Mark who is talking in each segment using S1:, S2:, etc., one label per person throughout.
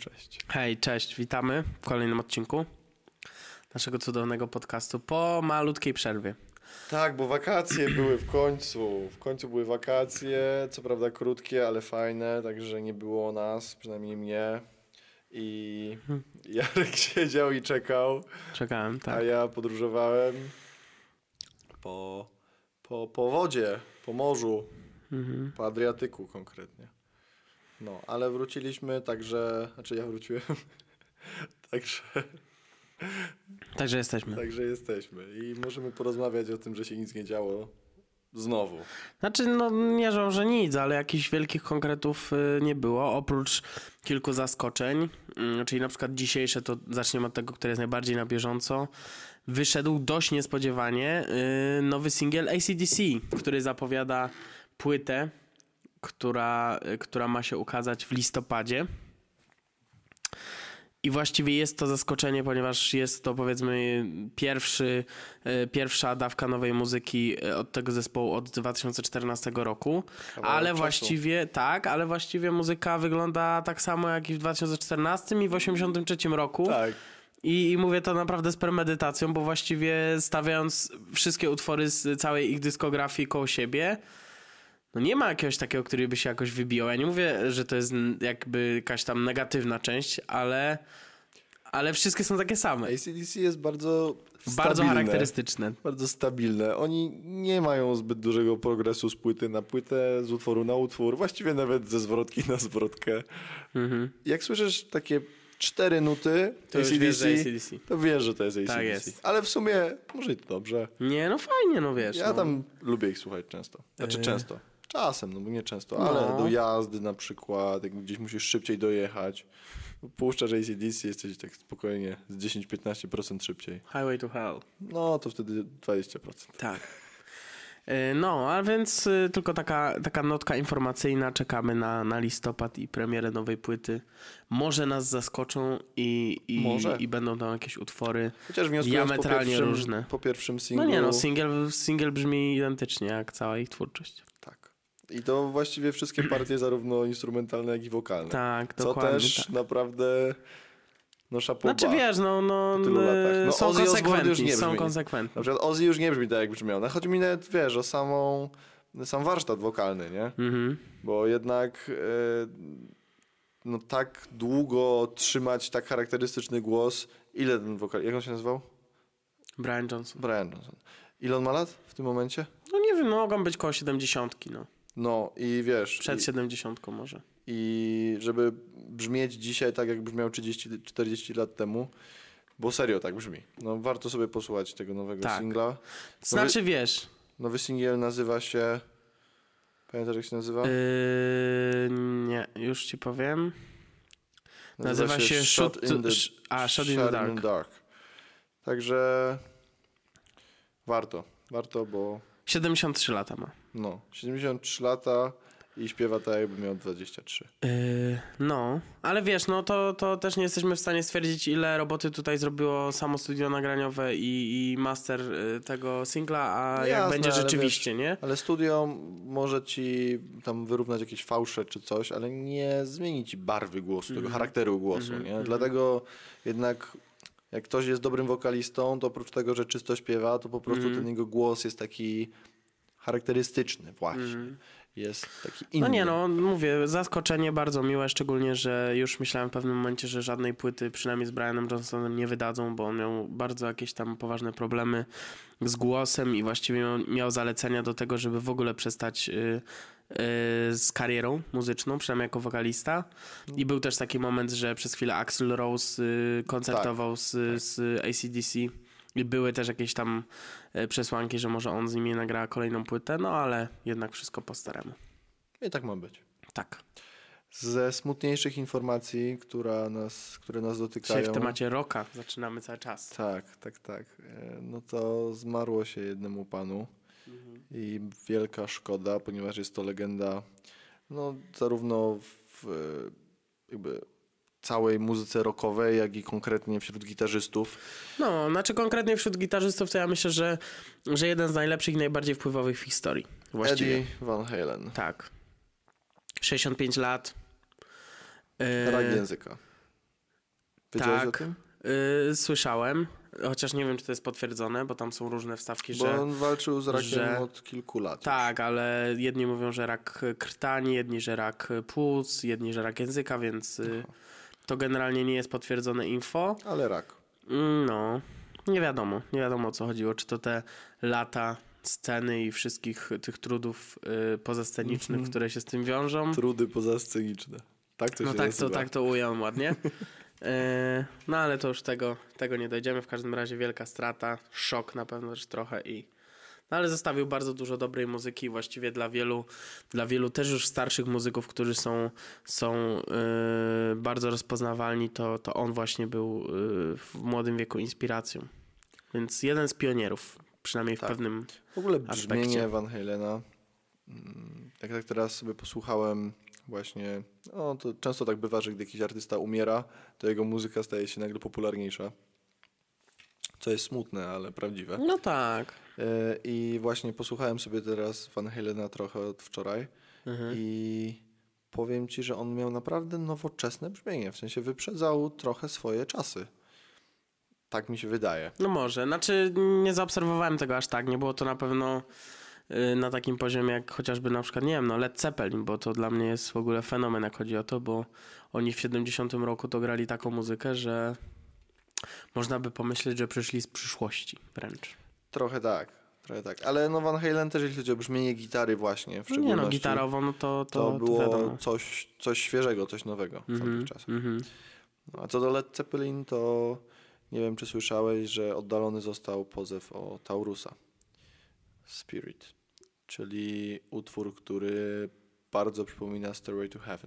S1: cześć.
S2: Hej, cześć, witamy w kolejnym odcinku naszego cudownego podcastu po malutkiej przerwie.
S1: Tak, bo wakacje były w końcu. W końcu były wakacje, co prawda krótkie, ale fajne, także nie było nas, przynajmniej mnie. I Jarek siedział i czekał.
S2: Czekałem, tak.
S1: A ja podróżowałem po wodzie, po morzu, po Adriatyku konkretnie. No, ale wróciliśmy, także... Znaczy ja wróciłem,
S2: Także jesteśmy.
S1: Także jesteśmy i możemy porozmawiać o tym, że się nic nie działo znowu.
S2: Znaczy, no nie żal, że nic, ale jakichś wielkich konkretów nie było, oprócz kilku zaskoczeń, czyli na przykład dzisiejsze, to zaczniemy od tego, które jest najbardziej na bieżąco. Wyszedł dość niespodziewanie nowy singiel AC/DC, który zapowiada płytę, która ma się ukazać w listopadzie. I właściwie jest to zaskoczenie, ponieważ jest to, powiedzmy, pierwsza dawka nowej muzyki od tego zespołu od 2014 roku. Ale właściwie muzyka wygląda tak samo jak i w 2014 i w 1983 roku.
S1: Tak.
S2: I mówię to naprawdę z premedytacją, bo właściwie stawiając wszystkie utwory z całej ich dyskografii koło siebie, no nie ma jakiegoś takiego, który by się jakoś wybijał. Ja nie mówię, że to jest jakby jakaś tam negatywna część, ale wszystkie są takie same.
S1: AC/DC jest bardzo
S2: charakterystyczne.
S1: Bardzo stabilne. Oni nie mają zbyt dużego progresu z płyty na płytę, z utworu na utwór, właściwie nawet ze zwrotki na zwrotkę. Jak słyszysz takie 4 nuty
S2: to AC/DC,
S1: to wiesz, że to jest AC/DC.
S2: Tak jest.
S1: Ale w sumie może i to dobrze.
S2: Nie, no fajnie, no wiesz.
S1: Ja tam lubię ich słuchać często. Znaczy często. Czasem, no bo nie często,
S2: No.
S1: ale do jazdy na przykład, jak gdzieś musisz szybciej dojechać, puszczasz AC/DC, jesteś tak spokojnie z 10-15% szybciej.
S2: Highway to Hell.
S1: No to wtedy 20%.
S2: Tak. No, a więc tylko taka notka informacyjna. Czekamy na listopad i premierę nowej płyty. Może nas zaskoczą i będą tam jakieś utwory
S1: Chociaż
S2: diametralnie różne.
S1: Po pierwszym singlu...
S2: No nie no, singiel brzmi identycznie jak cała ich twórczość.
S1: Tak. I to właściwie wszystkie partie zarówno instrumentalne, jak i wokalne.
S2: Tak,
S1: co
S2: dokładnie.
S1: też
S2: tak.
S1: naprawdę... No chapeau
S2: Znaczy
S1: bas.
S2: wiesz, są
S1: Ozzy Osbourne
S2: konsekwentni,
S1: już nie
S2: są
S1: brzmi.
S2: konsekwentni.
S1: Na przykład Ozzy już nie brzmi tak, jak brzmiał. No, chodzi mi nawet, wiesz, o sam warsztat wokalny, nie? Bo jednak no tak długo trzymać tak charakterystyczny głos. Ile ten wokal... Jak on się nazywał?
S2: Brian Johnson.
S1: Ile on ma lat w tym momencie?
S2: No nie wiem, mogą być koło 70, no.
S1: No i wiesz...
S2: Przed 70 może.
S1: I żeby brzmieć dzisiaj tak, jak brzmiał 30-40 lat temu, bo serio tak brzmi. No warto sobie posłuchać tego nowego singla.
S2: Znaczy wiesz...
S1: Nowy singiel nazywa się... Pamiętasz, jak się nazywa?
S2: Nie, już ci powiem. Nazywa się Shot in the Dark.
S1: Także warto, bo...
S2: 73 lata ma.
S1: No, 73 lata i śpiewa tak, jakby miał 23.
S2: No, ale wiesz, no to też nie jesteśmy w stanie stwierdzić, ile roboty tutaj zrobiło samo studio nagraniowe i master tego singla, a
S1: no
S2: jak
S1: jasne,
S2: będzie rzeczywiście,
S1: wiesz,
S2: nie?
S1: Ale studio może ci tam wyrównać jakieś fałsze czy coś, ale nie zmieni ci barwy głosu, tego charakteru głosu, nie? Dlatego jednak jak ktoś jest dobrym wokalistą, to oprócz tego, że czysto śpiewa, to po prostu ten jego głos jest taki charakterystyczny właśnie. Jest taki inny.
S2: No nie, no mówię, zaskoczenie bardzo miłe, szczególnie, że już myślałem w pewnym momencie, że żadnej płyty, przynajmniej z Brianem Johnsonem, nie wydadzą, bo on miał bardzo jakieś tam poważne problemy z głosem i właściwie miał zalecenia do tego, żeby w ogóle przestać z karierą muzyczną, przynajmniej jako wokalista. I był też taki moment, że przez chwilę Axl Rose koncertował z AC/DC. I były też jakieś tam przesłanki, że może on z nimi nagra kolejną płytę, no ale jednak wszystko po staremu.
S1: I tak ma być.
S2: Tak.
S1: Ze smutniejszych informacji, które nas dotykają...
S2: Dzisiaj w temacie rocka zaczynamy cały czas.
S1: Tak. No to zmarło się jednemu panu i wielka szkoda, ponieważ jest to legenda no zarówno w jakby całej muzyce rockowej, jak i konkretnie wśród gitarzystów.
S2: No, znaczy konkretnie wśród gitarzystów to ja myślę, że jeden z najlepszych i najbardziej wpływowych w historii. Właściwie.
S1: Eddie Van Halen.
S2: Tak. 65 lat.
S1: Rak języka. Wiedziałeś o
S2: Tak,
S1: tym?
S2: słyszałem, chociaż nie wiem, czy to jest potwierdzone, bo tam są różne wstawki,
S1: Bo on walczył z rakiem od kilku lat.
S2: Tak, ale jedni mówią, że rak krtani, jedni, że rak płuc, jedni, że rak języka, więc to generalnie nie jest potwierdzone info.
S1: Ale rak.
S2: No, nie wiadomo o co chodziło, czy to te lata sceny i wszystkich tych trudów pozascenicznych, które się z tym wiążą.
S1: Trudy pozasceniczne. Tak to się nazywa.
S2: Tak to ująłem ładnie. No ale to już tego nie dojdziemy. W każdym razie wielka strata, szok na pewno też trochę no ale zostawił bardzo dużo dobrej muzyki właściwie dla wielu też już starszych muzyków, którzy są bardzo rozpoznawalni, to on właśnie był w młodym wieku inspiracją. Więc jeden z pionierów, przynajmniej w pewnym
S1: W ogóle
S2: aspekcie.
S1: brzmienie Van Halena, jak tak teraz sobie posłuchałem właśnie, to często tak bywa, że gdy jakiś artysta umiera, to jego muzyka staje się nagle popularniejsza. Co jest smutne, ale prawdziwe.
S2: No tak.
S1: I właśnie posłuchałem sobie teraz Van Halena trochę od wczoraj i powiem ci, że on miał naprawdę nowoczesne brzmienie. W sensie wyprzedzał trochę swoje czasy. Tak mi się wydaje.
S2: No może. Znaczy nie zaobserwowałem tego aż tak. Nie było to na pewno na takim poziomie jak chociażby na przykład, nie wiem, Led Zeppelin, bo to dla mnie jest w ogóle fenomen, jak chodzi o to, bo oni w 70 roku to grali taką muzykę, że można by pomyśleć, że przyszli z przyszłości wręcz.
S1: Trochę tak. Ale no Van Halen też, jeśli chodzi o brzmienie gitary właśnie, w szczególności.
S2: Gitarowo, no to
S1: było
S2: wiadomo.
S1: coś świeżego, coś nowego w tamtych czasach. No, a co do Led Zeppelin, to nie wiem, czy słyszałeś, że oddalony został pozew o Taurusa. Spirit, czyli utwór, który bardzo przypomina Stairway to Heaven.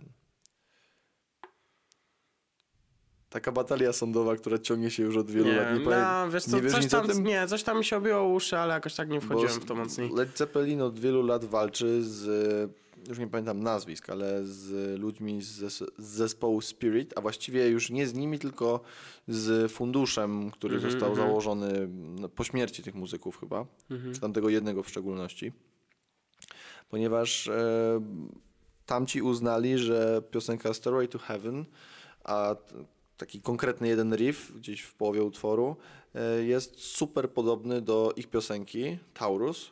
S1: Taka batalia sądowa, która ciągnie się już od wielu lat.
S2: Wiesz co,
S1: nie wiesz nic o tym?
S2: Nie, coś tam mi się obiło uszy, ale jakoś tak nie wchodziłem w to mocniej.
S1: Led Zeppelin od wielu lat walczy już nie pamiętam nazwisk, ale z ludźmi z zespołu Spirit, a właściwie już nie z nimi, tylko z funduszem, który został założony po śmierci tych muzyków chyba, czy tamtego jednego w szczególności. Ponieważ tamci uznali, że piosenka Stairway to Heaven, a taki konkretny jeden riff gdzieś w połowie utworu jest super podobny do ich piosenki Taurus,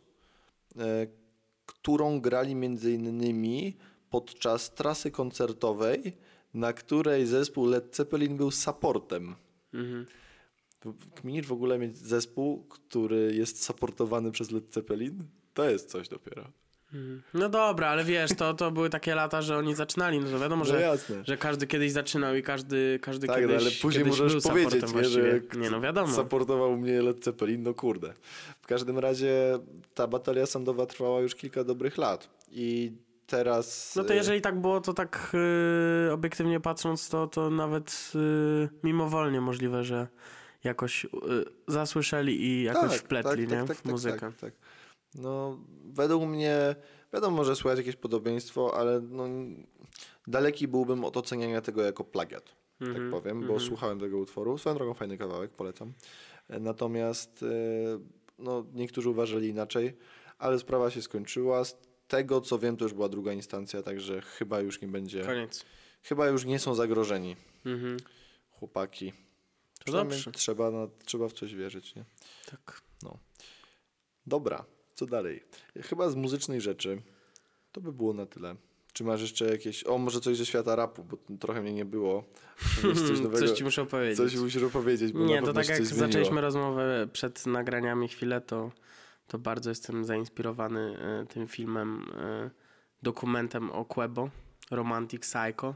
S1: którą grali między innymi podczas trasy koncertowej, na której zespół Led Zeppelin był supportem. Kminisz w ogóle mieć zespół, który jest supportowany przez Led Zeppelin? To jest coś dopiero.
S2: No dobra, ale wiesz, to były takie lata, że oni zaczynali, no to wiadomo, że każdy kiedyś zaczynał i każdy
S1: tak,
S2: kiedyś,
S1: ale później
S2: kiedyś
S1: możesz
S2: był
S1: powiedzieć,
S2: właściwie.
S1: że
S2: nie, no wiadomo.
S1: supportował mnie Led Zeppelin, no kurde. W każdym razie ta batalia sądowa trwała już kilka dobrych lat i teraz...
S2: No to jeżeli tak było, to tak obiektywnie patrząc, to nawet mimowolnie możliwe, że jakoś zasłyszeli i jakoś wpletli w muzykę.
S1: Tak. No, według mnie, wiadomo, że słychać jakieś podobieństwo, ale no, daleki byłbym od oceniania tego jako plagiat, tak powiem, bo słuchałem tego utworu. Swoją drogą fajny kawałek, polecam. Natomiast no, niektórzy uważali inaczej, ale sprawa się skończyła. Z tego, co wiem, to już była druga instancja, także chyba już nie będzie...
S2: Koniec.
S1: Chyba już nie są zagrożeni chłopaki.
S2: To dobrze.
S1: Trzeba w coś wierzyć, nie?
S2: Tak.
S1: No. Dobra, co dalej? Chyba z muzycznej rzeczy to by było na tyle. Czy masz jeszcze jakieś... może coś ze świata rapu, bo trochę mnie nie było. Coś nowego.
S2: Coś ci muszę opowiedzieć.
S1: Coś musisz opowiedzieć, bo
S2: nie,
S1: na
S2: to tak jak
S1: zaczęliśmy
S2: zaczęliśmy rozmowę przed nagraniami chwilę, to bardzo jestem zainspirowany tym filmem, dokumentem o Quebo, Romantic Psycho,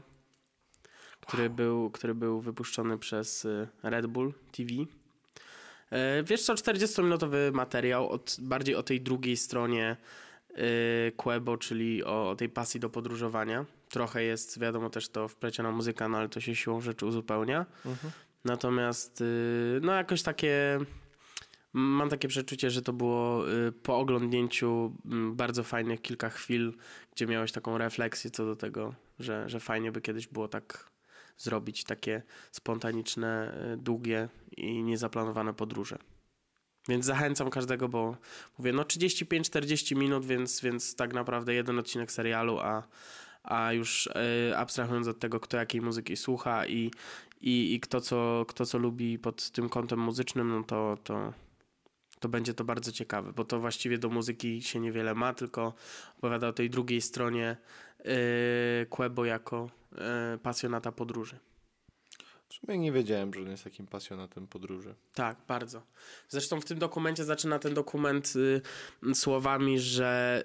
S2: który był wypuszczony przez Red Bull TV. Wiesz co, 40-minutowy materiał bardziej o tej drugiej stronie Quebo, czyli o tej pasji do podróżowania. Trochę jest, wiadomo, też to wpleciona muzyka, no ale to się siłą rzeczy uzupełnia. Natomiast no jakoś mam takie przeczucie, że to było po oglądnięciu bardzo fajnych kilka chwil, gdzie miałeś taką refleksję co do tego, że fajnie by kiedyś było tak zrobić takie spontaniczne, długie i niezaplanowane podróże. Więc zachęcam każdego, bo mówię, no 35-40 minut, więc tak naprawdę jeden odcinek serialu, a już abstrahując od tego, kto jakiej muzyki słucha i kto co lubi pod tym kątem muzycznym, no to będzie to bardzo ciekawe, bo to właściwie do muzyki się niewiele ma, tylko opowiada o tej drugiej stronie Quebo jako pasjonata podróży.
S1: W sumie nie wiedziałem, że on jest takim pasjonatem podróży.
S2: Tak, bardzo. Zresztą w tym dokumencie zaczyna ten dokument słowami, że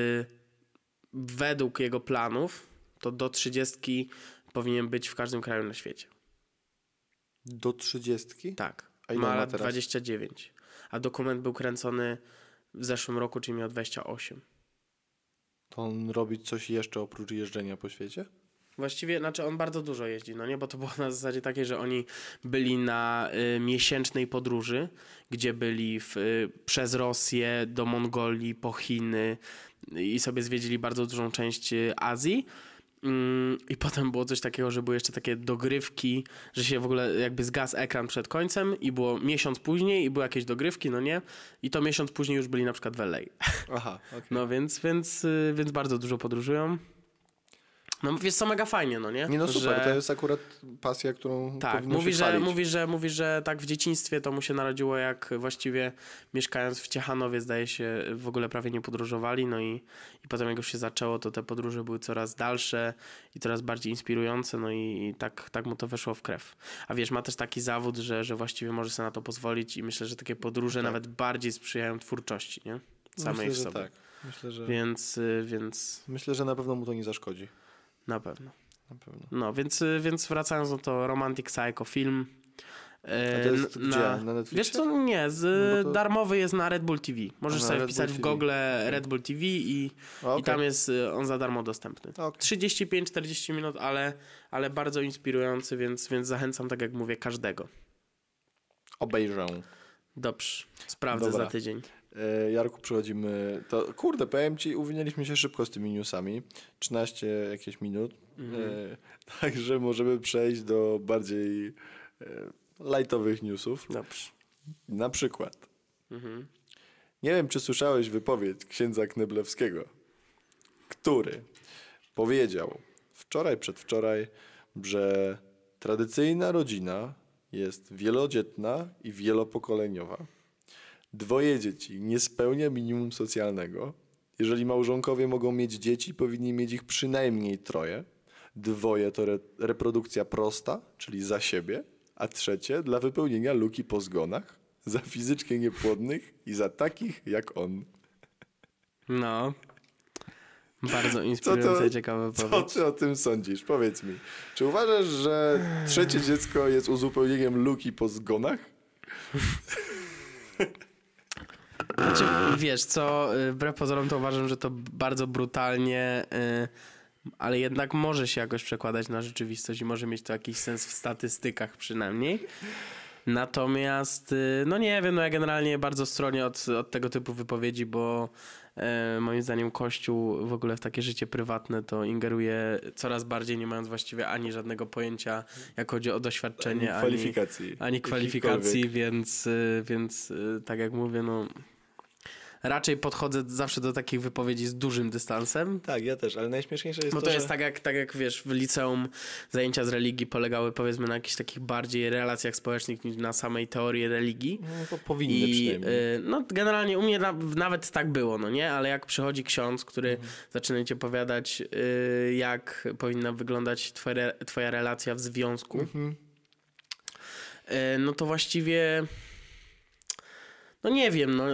S2: według jego planów to do 30 powinien być w każdym kraju na świecie.
S1: Do 30?
S2: Tak.
S1: A ile
S2: ma
S1: ma
S2: lat
S1: teraz?
S2: 29. A dokument był kręcony w zeszłym roku, czyli miał 28.
S1: To on robi coś jeszcze oprócz jeżdżenia po świecie?
S2: Właściwie, znaczy on bardzo dużo jeździ, no nie? Bo to było na zasadzie takiej, że oni byli na miesięcznej podróży, gdzie byli przez Rosję do Mongolii, po Chiny i sobie zwiedzili bardzo dużą część Azji. I potem było coś takiego, że były jeszcze takie dogrywki, że się w ogóle jakby zgasł ekran przed końcem i było miesiąc później i były jakieś dogrywki, no nie? I to miesiąc później już byli na przykład w LA.
S1: Aha, okej.
S2: No więc bardzo dużo podróżują. No wiesz co, mega fajnie, no nie?
S1: Nie no super, to jest akurat pasja, którą
S2: tak,
S1: powinno się chwalić.
S2: mówi, że tak w dzieciństwie to mu się narodziło, jak właściwie mieszkając w Ciechanowie, zdaje się, w ogóle prawie nie podróżowali, no i potem jak już się zaczęło, to te podróże były coraz dalsze i coraz bardziej inspirujące, no i tak mu to weszło w krew. A wiesz, ma też taki zawód, że właściwie może sobie na to pozwolić i myślę, że takie podróże nawet bardziej sprzyjają twórczości, nie? Samej
S1: Myślę,
S2: w sobie.
S1: że tak.
S2: Więc
S1: Myślę, że na pewno mu to nie zaszkodzi.
S2: na pewno.
S1: Na pewno.
S2: No, więc wracając do to Romantic Psycho film.
S1: A to jest gdzie? Na Netflixie?
S2: Wiesz co, nie,
S1: No bo to...
S2: darmowy jest na Red Bull TV. Możesz
S1: na
S2: sobie
S1: Red
S2: wpisać
S1: Bull
S2: w
S1: TV.
S2: Google Red Bull TV i tam jest on za darmo dostępny. 35-40 minut, ale bardzo inspirujący, więc zachęcam, tak jak mówię, każdego.
S1: Obejrzę.
S2: Dobrze, sprawdzę
S1: Dobra.
S2: za tydzień.
S1: Jarku, przechodzimy. To, kurde, powiem ci, uwinęliśmy się szybko z tymi newsami. 13 jakieś minut. Także możemy przejść do bardziej lightowych newsów.
S2: Dobrze.
S1: Na przykład. Nie wiem, czy słyszałeś wypowiedź księdza Kneblewskiego, który powiedział przedwczoraj, że tradycyjna rodzina jest wielodzietna i wielopokoleniowa. 2 dzieci nie spełnia minimum socjalnego. Jeżeli małżonkowie mogą mieć dzieci, powinni mieć ich przynajmniej 3. 2 to reprodukcja prosta, czyli za siebie, a 3 dla wypełnienia luki po zgonach, za fizyczkę niepłodnych i za takich jak on.
S2: No. Bardzo inspirująca i ciekawa
S1: Co
S2: wypowiedź.
S1: ty o tym sądzisz? Powiedz mi. Czy uważasz, że 3 dziecko jest uzupełnieniem luki po zgonach?
S2: Znaczy, wiesz co, wbrew pozorom to uważam, że to bardzo brutalnie, ale jednak może się jakoś przekładać na rzeczywistość i może mieć to jakiś sens w statystykach przynajmniej. Natomiast, no nie wiem, no ja generalnie bardzo stronię od tego typu wypowiedzi, bo moim zdaniem Kościół w ogóle w takie życie prywatne to ingeruje coraz bardziej, nie mając właściwie ani żadnego pojęcia, jak chodzi o doświadczenie, ani kwalifikacji, więc tak jak mówię, no raczej podchodzę zawsze do takich wypowiedzi z dużym dystansem.
S1: Tak, ja też, ale najśmieszniejsze jest
S2: Bo to jest tak jak wiesz, w liceum zajęcia z religii polegały powiedzmy na jakichś takich bardziej relacjach społecznych niż na samej teorii religii.
S1: No to powinny przynajmniej.
S2: No generalnie u mnie nawet tak było, no nie? Ale jak przychodzi ksiądz, który zaczyna ci opowiadać jak powinna wyglądać twoja relacja w związku, no to właściwie... No nie wiem, no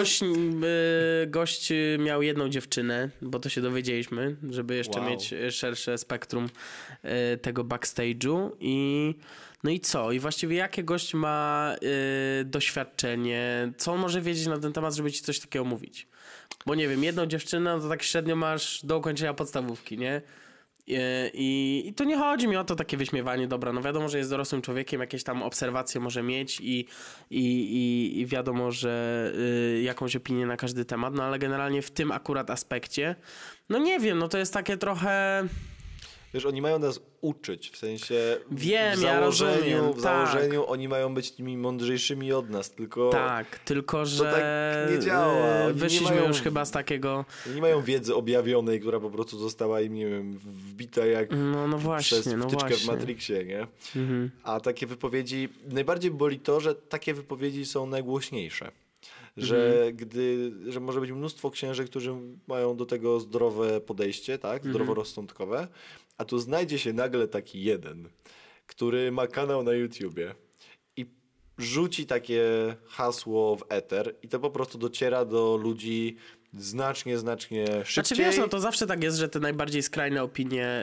S2: gość miał 1 dziewczynę, bo to się dowiedzieliśmy, żeby jeszcze mieć szersze spektrum tego backstage'u no i co? I właściwie jakie gość ma doświadczenie, co on może wiedzieć na ten temat, żeby ci coś takiego mówić? Bo nie wiem, 1 dziewczynę, no to tak średnio masz do ukończenia podstawówki, nie? I to nie chodzi mi o to takie wyśmiewanie, dobra, no wiadomo, że jest dorosłym człowiekiem, jakieś tam obserwacje może mieć i wiadomo, że jakąś opinię na każdy temat, no ale generalnie w tym akurat aspekcie, no nie wiem, no to jest takie trochę...
S1: wiesz, oni mają nas uczyć, w sensie
S2: Wiem,
S1: w
S2: ja rozumiem,
S1: w założeniu oni mają być tymi mądrzejszymi od nas, tylko
S2: tak, tylko że
S1: tak nie działa. Oni
S2: wyszliśmy
S1: nie mają,
S2: już chyba z takiego...
S1: nie mają wiedzy objawionej, która po prostu została im, nie wiem, wbita jak
S2: No właśnie,
S1: przez wtyczkę w Matrixie, nie? A takie wypowiedzi, najbardziej boli to, że takie wypowiedzi są najgłośniejsze. Że że może być mnóstwo księży, którzy mają do tego zdrowe podejście, tak? Zdroworozsądkowe, a tu znajdzie się nagle taki jeden, który ma kanał na YouTubie i rzuci takie hasło w eter i to po prostu dociera do ludzi znacznie szybciej.
S2: Znaczy wiesz, no to zawsze tak jest, że te najbardziej skrajne opinie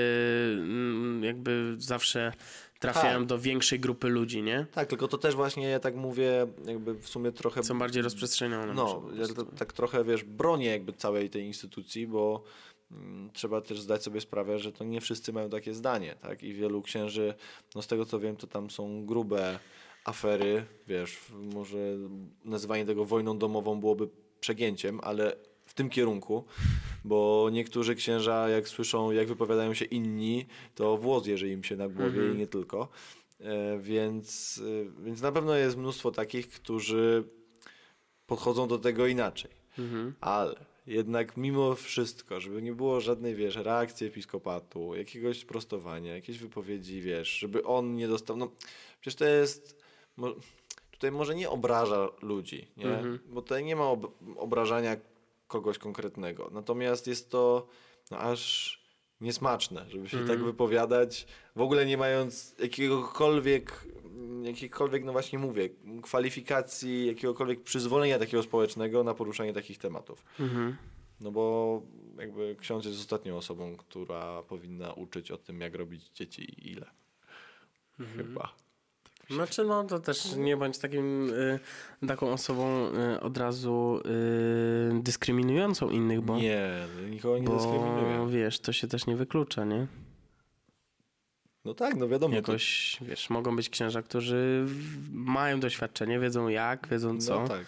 S2: jakby zawsze trafiają do większej grupy ludzi, nie?
S1: Tak, tylko to też właśnie, ja tak mówię, jakby w sumie trochę...
S2: Są bardziej rozprzestrzenione.
S1: No, ja tak trochę, wiesz, bronię jakby całej tej instytucji, bo trzeba też zdać sobie sprawę, że to nie wszyscy mają takie zdanie, tak? I wielu księży, no z tego co wiem, to tam są grube afery, wiesz, może nazywanie tego wojną domową byłoby przegięciem, ale w tym kierunku, bo niektórzy księża, jak słyszą, jak wypowiadają się inni, to włos jeży im się na głowie i nie tylko. Więc na pewno jest mnóstwo takich, którzy podchodzą do tego inaczej. Ale jednak mimo wszystko, żeby nie było żadnej, wiesz, reakcji episkopatu, jakiegoś sprostowania, jakiejś wypowiedzi, wiesz, żeby on nie dostał... No, przecież to jest... Tutaj może nie obraża ludzi, nie? Bo tutaj nie ma obrażania kogoś konkretnego. Natomiast jest to aż niesmaczne, żeby się tak wypowiadać, w ogóle nie mając jakichkolwiek, no właśnie mówię, kwalifikacji, jakiegokolwiek przyzwolenia takiego społecznego na poruszanie takich tematów. No bo jakby ksiądz jest ostatnią osobą, która powinna uczyć o tym, jak robić dzieci i ile. Chyba.
S2: Znaczy no to też nie bądź taką osobą od razu dyskryminującą innych, bo...
S1: Nie, nikogo nie dyskryminuje.
S2: Wiesz, to się też nie wyklucza, nie?
S1: No tak, no wiadomo.
S2: Jakoś, wiesz, mogą być księża, którzy mają doświadczenie, wiedzą jak, wiedzą co.
S1: No tak.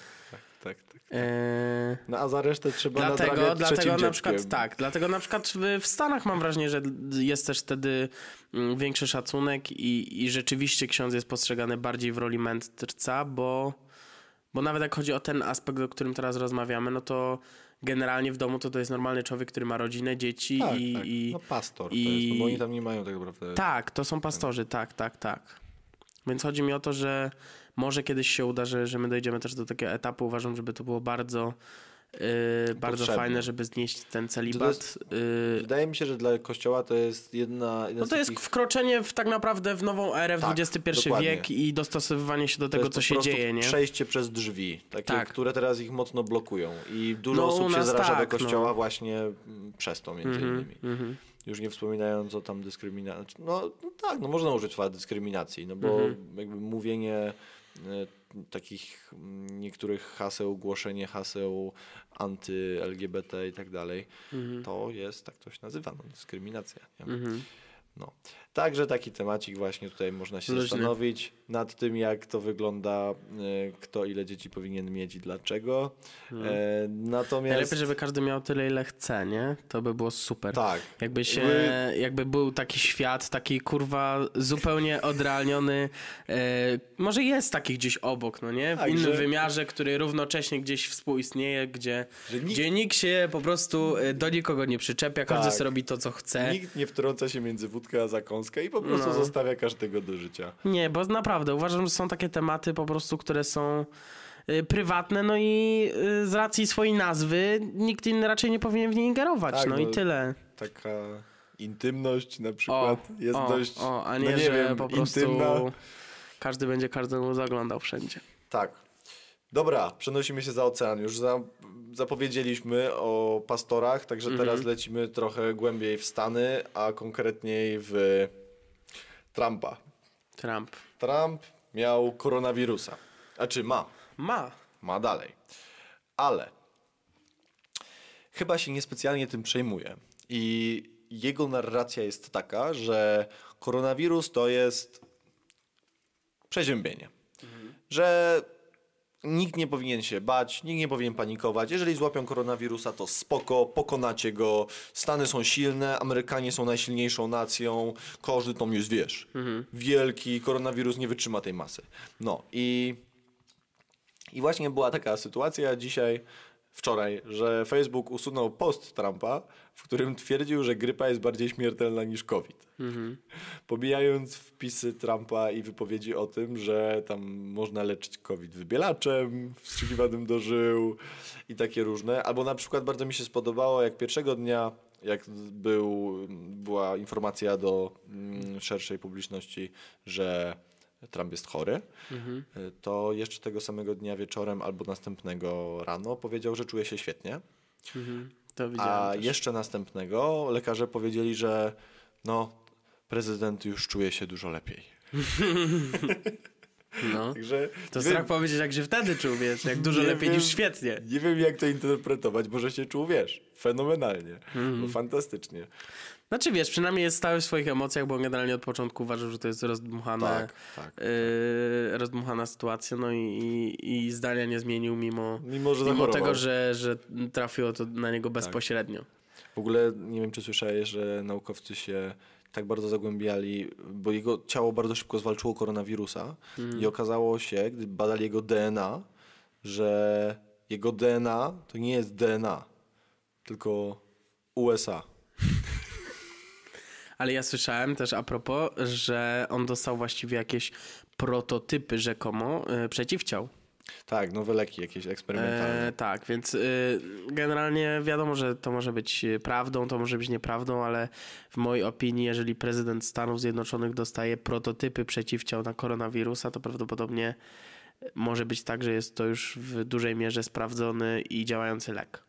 S1: No a za resztę trzeba nadrabiać
S2: dlatego
S1: trzecim
S2: na przykład
S1: dzieckiem.
S2: tak, dlatego na przykład w Stanach mam wrażenie, że jest też wtedy większy szacunek i rzeczywiście ksiądz jest postrzegany bardziej w roli mędrca, bo nawet jak chodzi o ten aspekt, o którym teraz rozmawiamy, no to generalnie w domu to jest normalny człowiek, który ma rodzinę, dzieci
S1: tak.
S2: i
S1: no pastor to jest, no bo oni tam nie mają tak naprawdę...
S2: Tak, to są pastorzy, tak. Więc chodzi mi o to, że może kiedyś się uda, że my dojdziemy też do takiego etapu. Uważam, żeby to było bardzo fajne, żeby znieść ten celibat.
S1: Wydaje mi się, że dla Kościoła to jest jedna
S2: no to jest wkroczenie tak naprawdę w nową erę, w XXI wiek i dostosowywanie się do tego, co się dzieje, nie?
S1: Przejście przez drzwi, takie, które teraz ich mocno blokują. I dużo osób się zraża do Kościoła właśnie przez to między innymi. Już nie wspominając o tam dyskryminacji. No tak, no można użyć słowa dyskryminacji, no bo jakby mówienie takich niektórych haseł, głoszenie haseł anty-LGBT i tak dalej, to jest, tak to się nazywa, no, dyskryminacja. Nie? No. Także taki temacik właśnie tutaj można się zastanowić nad tym, jak to wygląda, kto ile dzieci powinien mieć i dlaczego. Natomiast...
S2: Najlepiej, żeby każdy miał tyle, ile chce, nie? To by było super.
S1: Tak.
S2: Jakby był taki świat, taki kurwa zupełnie odrealniony. Może jest taki gdzieś obok, no nie? W innym wymiarze, który równocześnie gdzieś współistnieje, gdzie nikt się po prostu do nikogo nie przyczepia, każdy sobie robi to, co chce.
S1: Nikt nie wtrąca się między wódkę a zakąskę i po prostu zostawia każdego do życia.
S2: Nie, bo naprawdę uważam, że są takie tematy po prostu, które są prywatne, no i z racji swojej nazwy nikt inny raczej nie powinien w nie ingerować, tak, no i tyle.
S1: Taka intymność na przykład jest dość,
S2: a nie,
S1: no nie
S2: że
S1: wiem,
S2: po prostu
S1: intymna.
S2: Każdy będzie każdemu zaglądał wszędzie.
S1: Tak. Dobra, przenosimy się za ocean. Już zapowiedzieliśmy o pastorach, także teraz lecimy trochę głębiej w Stany, a konkretniej w Trumpa. Trump miał koronawirusa. Znaczy ma dalej. Ale chyba się niespecjalnie tym przejmuje. I jego narracja jest taka, że koronawirus to jest przeziębienie. Że nikt nie powinien się bać, nikt nie powinien panikować. Jeżeli złapią koronawirusa, to spoko, pokonacie go. Stany są silne, Amerykanie są najsilniejszą nacją, każdy tam jest, wiesz, wielki, koronawirus nie wytrzyma tej masy. No i właśnie była taka sytuacja wczoraj, że Facebook usunął post Trumpa, w którym twierdził, że grypa jest bardziej śmiertelna niż COVID. Pomijając wpisy Trumpa i wypowiedzi o tym, że tam można leczyć COVID wybielaczem wstrzykiwanym do żył i takie różne. Albo na przykład bardzo mi się spodobało, jak pierwszego dnia, jak była informacja do szerszej publiczności, że Trump jest chory, to jeszcze tego samego dnia wieczorem albo następnego rano powiedział, że czuje się świetnie.
S2: To widziałem też.
S1: Jeszcze następnego lekarze powiedzieli, że prezydent już czuje się dużo lepiej.
S2: No.
S1: Także
S2: To strach powiedzieć, jak się wtedy czuł, wiesz, jak dużo lepiej niż świetnie.
S1: Nie wiem, jak to interpretować, może się czuł, wiesz, fenomenalnie, fantastycznie.
S2: Znaczy wiesz, przynajmniej jest stały w swoich emocjach, bo generalnie od początku uważał, że to jest rozdmuchana sytuacja, no i zdania nie zmienił mimo tego, że trafiło to na niego bezpośrednio.
S1: W ogóle nie wiem, czy słyszałeś, że naukowcy się tak bardzo zagłębiali, bo jego ciało bardzo szybko zwalczyło koronawirusa i okazało się, gdy badali jego DNA, że jego DNA to nie jest DNA, tylko USA.
S2: Ale ja słyszałem też a propos, że on dostał właściwie jakieś prototypy rzekomo przeciwciał.
S1: Tak, nowe leki jakieś eksperymentalne.
S2: Tak, więc generalnie wiadomo, że to może być prawdą, to może być nieprawdą, ale w mojej opinii, jeżeli prezydent Stanów Zjednoczonych dostaje prototypy przeciwciał na koronawirusa, to prawdopodobnie może być tak, że jest to już w dużej mierze sprawdzony i działający lek.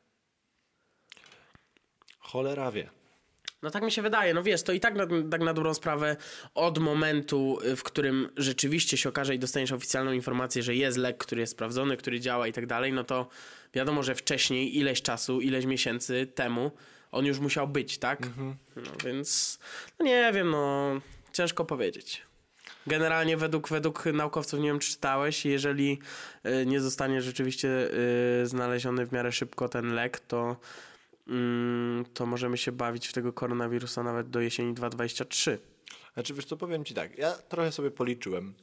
S1: Cholera wie.
S2: No tak mi się wydaje, no wiesz, to i tak na dobrą sprawę od momentu, w którym rzeczywiście się okaże i dostaniesz oficjalną informację, że jest lek, który jest sprawdzony, który działa i tak dalej, no to wiadomo, że wcześniej, ileś czasu, ileś miesięcy temu on już musiał być, tak? No więc, no nie wiem, ciężko powiedzieć. Generalnie według naukowców, nie wiem czy czytałeś, jeżeli nie zostanie rzeczywiście znaleziony w miarę szybko ten lek, to możemy się bawić w tego koronawirusa nawet do jesieni 2023.
S1: Znaczy, wiesz co, powiem ci tak, ja trochę sobie policzyłem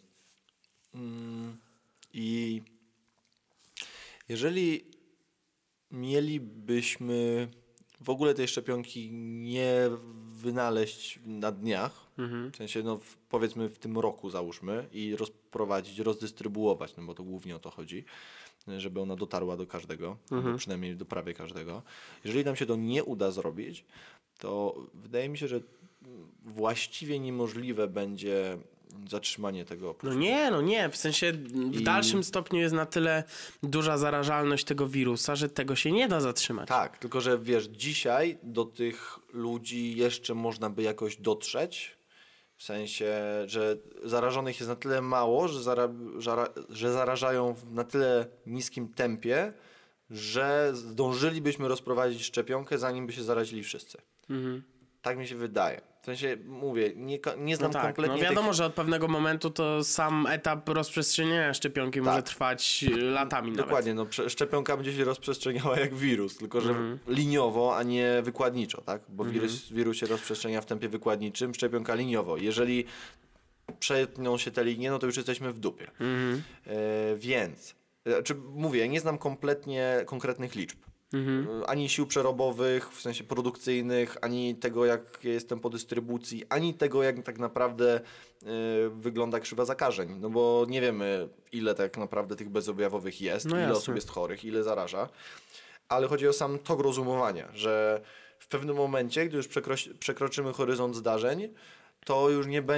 S1: i jeżeli mielibyśmy w ogóle tej szczepionki nie wynaleźć na dniach, w sensie, powiedzmy w tym roku załóżmy i rozdystrybuować, bo to głównie o to chodzi, żeby ona dotarła do każdego, albo przynajmniej do prawie każdego. Jeżeli nam się to nie uda zrobić, to wydaje mi się, że właściwie niemożliwe będzie zatrzymanie tego oprócz.
S2: Nie. W sensie w dalszym stopniu jest na tyle duża zarażalność tego wirusa, że tego się nie da zatrzymać.
S1: Tak, tylko że wiesz, dzisiaj do tych ludzi jeszcze można by jakoś dotrzeć. W sensie, że zarażonych jest na tyle mało, że zarażają w na tyle niskim tempie, że zdążylibyśmy rozprowadzić szczepionkę, zanim by się zarazili wszyscy. Tak mi się wydaje. W sensie, mówię, nie znam kompletnie
S2: wiadomo, że od pewnego momentu to sam etap rozprzestrzeniania szczepionki może trwać latami
S1: Dokładnie, szczepionka będzie się rozprzestrzeniała jak wirus, tylko że liniowo, a nie wykładniczo, tak? Bo wirus się rozprzestrzenia w tempie wykładniczym, szczepionka liniowo. Jeżeli przetną się te linie, to już jesteśmy w dupie. Więc, mówię, nie znam kompletnie konkretnych liczb. Ani sił przerobowych, w sensie produkcyjnych, ani tego, jak jestem po dystrybucji, ani tego, jak tak naprawdę wygląda krzywa zakażeń. No bo nie wiemy, ile tak naprawdę tych bezobjawowych jest, ile osób jest chorych, ile zaraża. Ale chodzi o sam tok rozumowania, że w pewnym momencie, gdy już przekroczymy horyzont zdarzeń, to już nie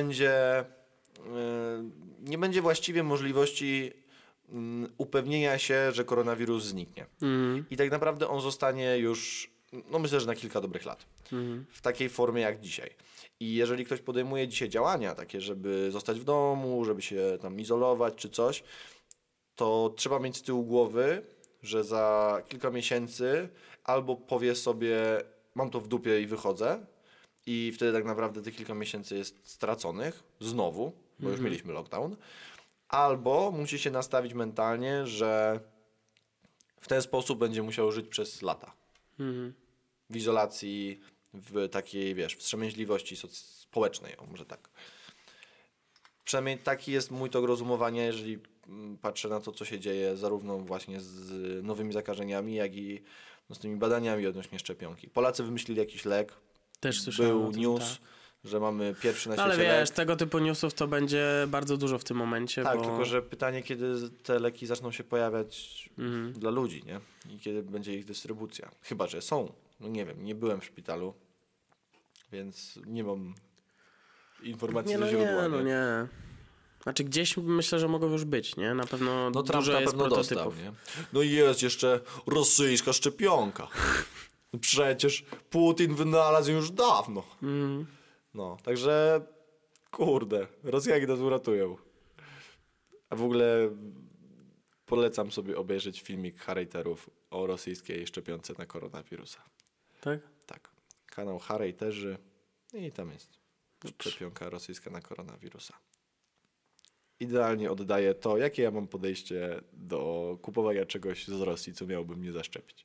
S1: będzie właściwie możliwości upewnienia się, że koronawirus zniknie. I tak naprawdę on zostanie już, myślę, że na kilka dobrych lat. W takiej formie jak dzisiaj. I jeżeli ktoś podejmuje dzisiaj działania takie, żeby zostać w domu, żeby się tam izolować czy coś, to trzeba mieć z tyłu głowy, że za kilka miesięcy albo powie sobie, mam to w dupie i wychodzę, i wtedy tak naprawdę te kilka miesięcy jest straconych, znowu, bo już mieliśmy lockdown, albo musi się nastawić mentalnie, że w ten sposób będzie musiał żyć przez lata. W izolacji, w takiej, wiesz, wstrzemięźliwości społecznej, o może tak. Przynajmniej taki jest mój tok rozumowania, jeżeli patrzę na to, co się dzieje zarówno właśnie z nowymi zakażeniami, jak i z tymi badaniami odnośnie szczepionki. Polacy wymyślili jakiś lek.
S2: Też słyszałem
S1: Był
S2: o tym,
S1: news,
S2: tak.
S1: że mamy pierwszy na
S2: Ale
S1: świecie
S2: wiesz,
S1: lek.
S2: tego typu newsów to będzie bardzo dużo w tym momencie.
S1: Tak,
S2: bo...
S1: tylko że pytanie, kiedy te leki zaczną się pojawiać dla ludzi, nie? I kiedy będzie ich dystrybucja. Chyba że są. No nie wiem, nie byłem w szpitalu, więc nie mam informacji ze źródła.
S2: Nie. Znaczy gdzieś myślę, że mogą już być, nie? Na pewno
S1: No Trump
S2: dużo
S1: na
S2: jest
S1: pewno
S2: prototypów.
S1: dostał, nie? No i jest jeszcze rosyjska szczepionka. Przecież Putin wynalazł już dawno. No, także kurde, Rosjanie nas uratują. A w ogóle polecam sobie obejrzeć filmik Harejterów o rosyjskiej szczepionce na koronawirusa.
S2: Tak?
S1: Tak. Kanał Harejterzy i tam jest szczepionka rosyjska na koronawirusa. Idealnie oddaje to, jakie ja mam podejście do kupowania czegoś z Rosji, co miałoby mnie zaszczepić.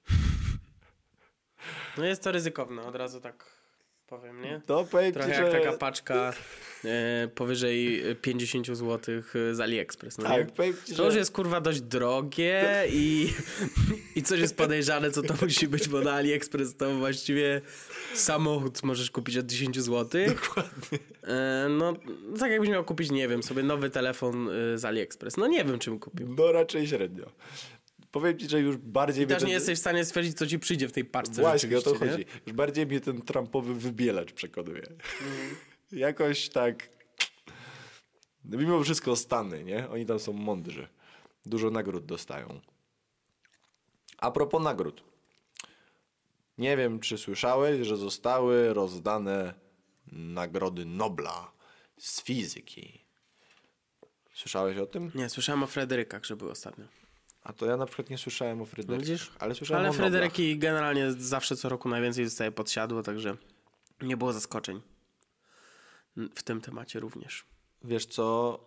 S2: No jest to ryzykowne, od razu tak powiem, nie?
S1: To powiem
S2: Trochę
S1: ci,
S2: jak
S1: że...
S2: taka paczka powyżej 50 zł z AliExpress, no nie?
S1: Tak, powiem ci,
S2: To
S1: że...
S2: już jest kurwa dość drogie i coś jest podejrzane, co to musi być, bo na AliExpress to właściwie samochód możesz kupić od 10 zł.
S1: Dokładnie.
S2: No tak jakbyś miał kupić, nie wiem, sobie nowy telefon z AliExpress. No nie wiem, czym kupił.
S1: No raczej średnio. Powiem ci, że już bardziej...
S2: I też nie jesteś w stanie stwierdzić, co ci przyjdzie w tej paczce.
S1: Właśnie, o to
S2: nie?
S1: chodzi. Już bardziej mnie ten Trumpowy wybielacz przekonuje. Jakoś tak... No mimo wszystko Stany, nie? Oni tam są mądrzy. Dużo nagród dostają. A propos nagród. Nie wiem, czy słyszałeś, że zostały rozdane nagrody Nobla z fizyki. Słyszałeś o tym?
S2: Nie, słyszałem o Frederykach, że był ostatnio.
S1: A to ja na przykład nie słyszałem o Fryderykach.
S2: Widzisz?
S1: Ale słyszałem
S2: Ale
S1: o Noblach.
S2: Fryderyki generalnie zawsze co roku najwięcej dostaje podsiadło, także nie było zaskoczeń. W tym temacie również.
S1: Wiesz co?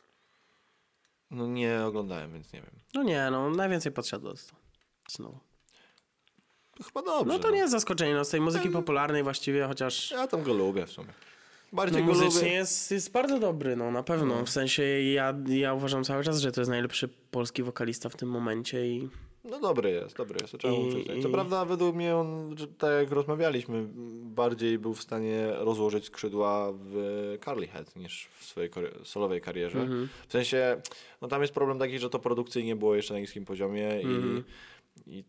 S1: No nie oglądałem, więc nie wiem.
S2: No nie, no najwięcej podsiadło dostał. Znowu.
S1: To chyba dobrze.
S2: No to nie jest zaskoczenie, no z tej muzyki popularnej właściwie, chociaż
S1: Ja tam go lubię w sumie.
S2: no,
S1: Bardziej go
S2: muzycznie
S1: lubię.
S2: jest bardzo dobry, no na pewno. W sensie ja uważam cały czas, że to jest najlepszy polski wokalista w tym momencie i
S1: No dobry jest, to trzeba mu przyznać. Co
S2: I-
S1: prawda według mnie on, że tak jak rozmawialiśmy, bardziej był w stanie rozłożyć skrzydła w Curly Head niż w swojej solowej karierze. W sensie, no tam jest problem taki, że to produkcyjnie było jeszcze na niskim poziomie i